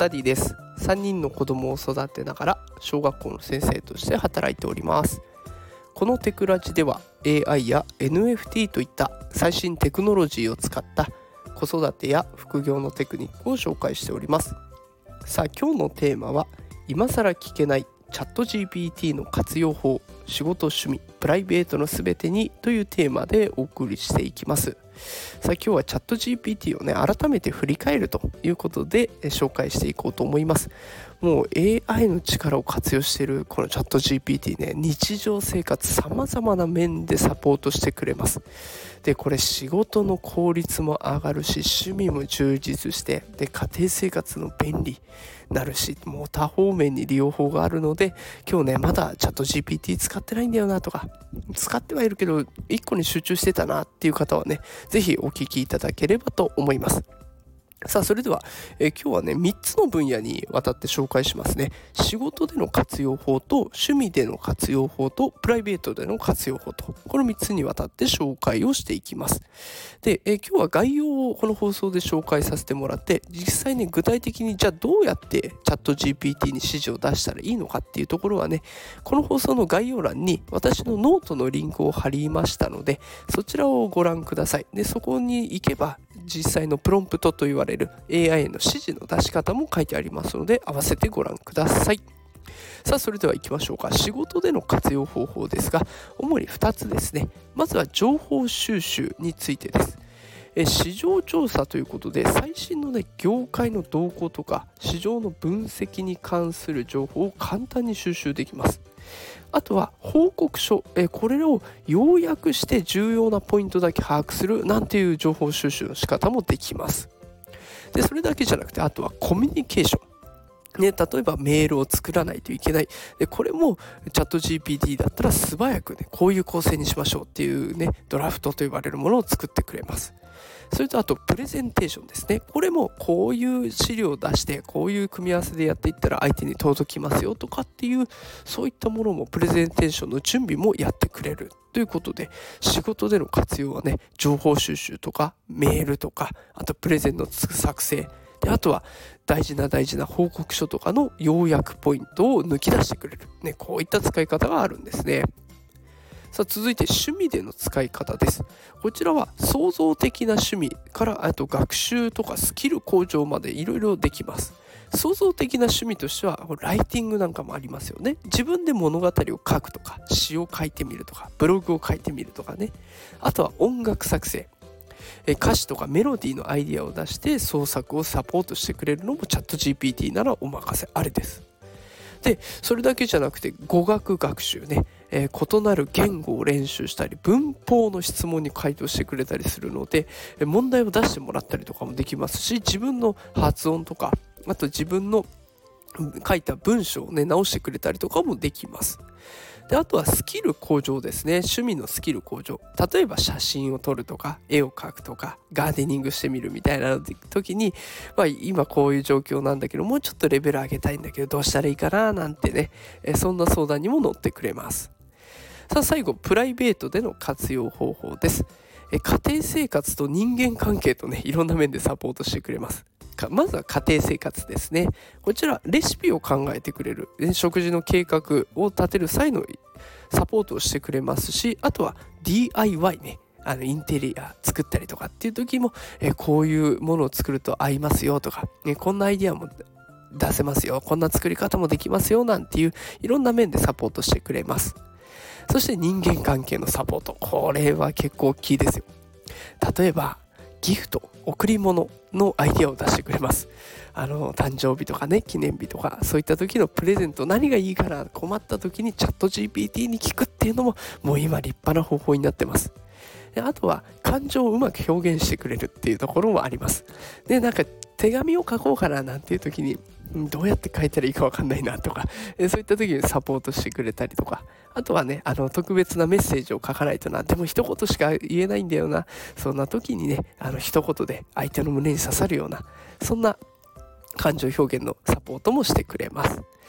ダディです。3人の子供を育てながら小学校の先生として働いております。このテクラジでは AI や NFT といった最新テクノロジーを使った子育てや副業のテクニックを紹介しております。さあ、今日のテーマは今更聞けないチャット GPT の活用法、仕事、趣味、プライベートのすべてにというテーマでお送りしていきます。さあ、今日はチャット GPT をね改めて振り返るということで紹介していこうと思います。もう AI の力を活用しているこのチャット GPT ね、日常生活さまざまな面でサポートしてくれます。でこれ仕事の効率も上がるし、趣味も充実して、で家庭生活の便利になるし、もう多方面に利用法があるので、今日ねまだチャット GPT 使ってないんだよなとか、使ってはいるけど1個に集中してたなっていう方はね、ぜひお聞きいただければと思います。さあ、それでは、今日はね3つの分野にわたって紹介しますね。仕事での活用法と趣味での活用法とプライベートでの活用法と、この3つにわたって紹介をしていきます。で、今日は概要をこの放送で紹介させてもらって、実際に具体的にじゃあどうやってチャット GPT に指示を出したらいいのかっていうところはね、この放送の概要欄に私のノートのリンクを貼りましたので、そちらをご覧ください。でそこに行けば実際のプロンプトと言われる AI への指示の出し方も書いてありますので、合わせてご覧ください。さあ、それでは行きましょうか。仕事での活用方法ですが、主に2つですね。まずは情報収集についてです。市場調査ということで、最新のね業界の動向とか市場の分析に関する情報を簡単に収集できます。あとは報告書、これを要約して重要なポイントだけ把握するなんていう情報収集の仕方もできます。でそれだけじゃなくて、あとはコミュニケーション、例えばメールを作らないといけない。でこれもチャット GPT だったら素早くね、こういう構成にしましょうっていうねドラフトと呼ばれるものを作ってくれます。それとあとプレゼンテーションですね。これもこういう資料を出してこういう組み合わせでやっていったら相手に届きますよとかっていう、そういったものもプレゼンテーションの準備もやってくれるということで、仕事での活用はね、情報収集とかメールとか、あとプレゼンの作成で、あとは大事な報告書とかの要約ポイントを抜き出してくれる、ね、こういった使い方があるんですね。さあ、続いて趣味での使い方です。こちらは創造的な趣味から、あと学習とかスキル向上までいろいろできます。創造的な趣味としてはライティングなんかもありますよね。自分で物語を書くとか、詩を書いてみるとか、ブログを書いてみるとかね。あとは音楽作成、歌詞とかメロディーのアイディアを出して創作をサポートしてくれるのもチャット GPT ならお任せあれです。でそれだけじゃなくて語学学習ね、異なる言語を練習したり、文法の質問に回答してくれたりするので、問題を出してもらったりとかもできますし、自分の発音とか、あと自分の書いた文章をね直してくれたりとかもできます。であとはスキル向上ですね。趣味のスキル向上、例えば写真を撮るとか絵を描くとかガーデニングしてみるみたいな時に、今こういう状況なんだけど、もうちょっとレベル上げたいんだけどどうしたらいいかななんてね、そんな相談にも乗ってくれます。さあ、最後プライベートでの活用方法です。家庭生活と人間関係とねいろんな面でサポートしてくれます。まずは家庭生活ですね。こちらレシピを考えてくれる、食事の計画を立てる際のサポートをしてくれますし、あとは DIY ね、インテリア作ったりとかっていう時も、こういうものを作ると合いますよとか、こんなアイディアも出せますよ、こんな作り方もできますよなんていういろんな面でサポートしてくれます。そして人間関係のサポート、これは結構大きいですよ。例えばギフト、贈り物のアイデアを出してくれます。誕生日とかね、記念日とか、そういった時のプレゼント何がいいかな、困った時にチャット GPT に聞くっていうのももう今立派な方法になってます。であとは感情をうまく表現してくれるっていうところもあります。でなんか手紙を書こうかななんていう時にどうやって書いたらいいか分かんないなとか、そういった時にサポートしてくれたりとか、あとはね特別なメッセージを書かないとな、でも一言しか言えないんだよな、そんな時にね一言で相手の胸に刺さるような、そんな感情表現のサポートもしてくれます。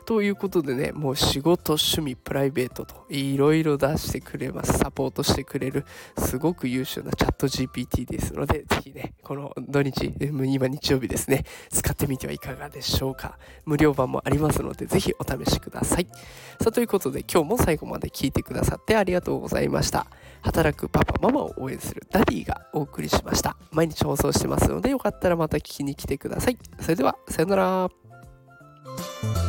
ということでね、もう仕事、趣味、プライベートといろいろ出してくれます。サポートしてくれるすごく優秀なチャット GPT ですので、ぜひね、この土日、今日曜日ですね、使ってみてはいかがでしょうか。無料版もありますので、ぜひお試しください。さあ、ということで今日も最後まで聞いてくださってありがとうございました。働くパパママを応援するダディがお送りしました。毎日放送してますので、よかったらまた聞きに来てください。それではさよなら。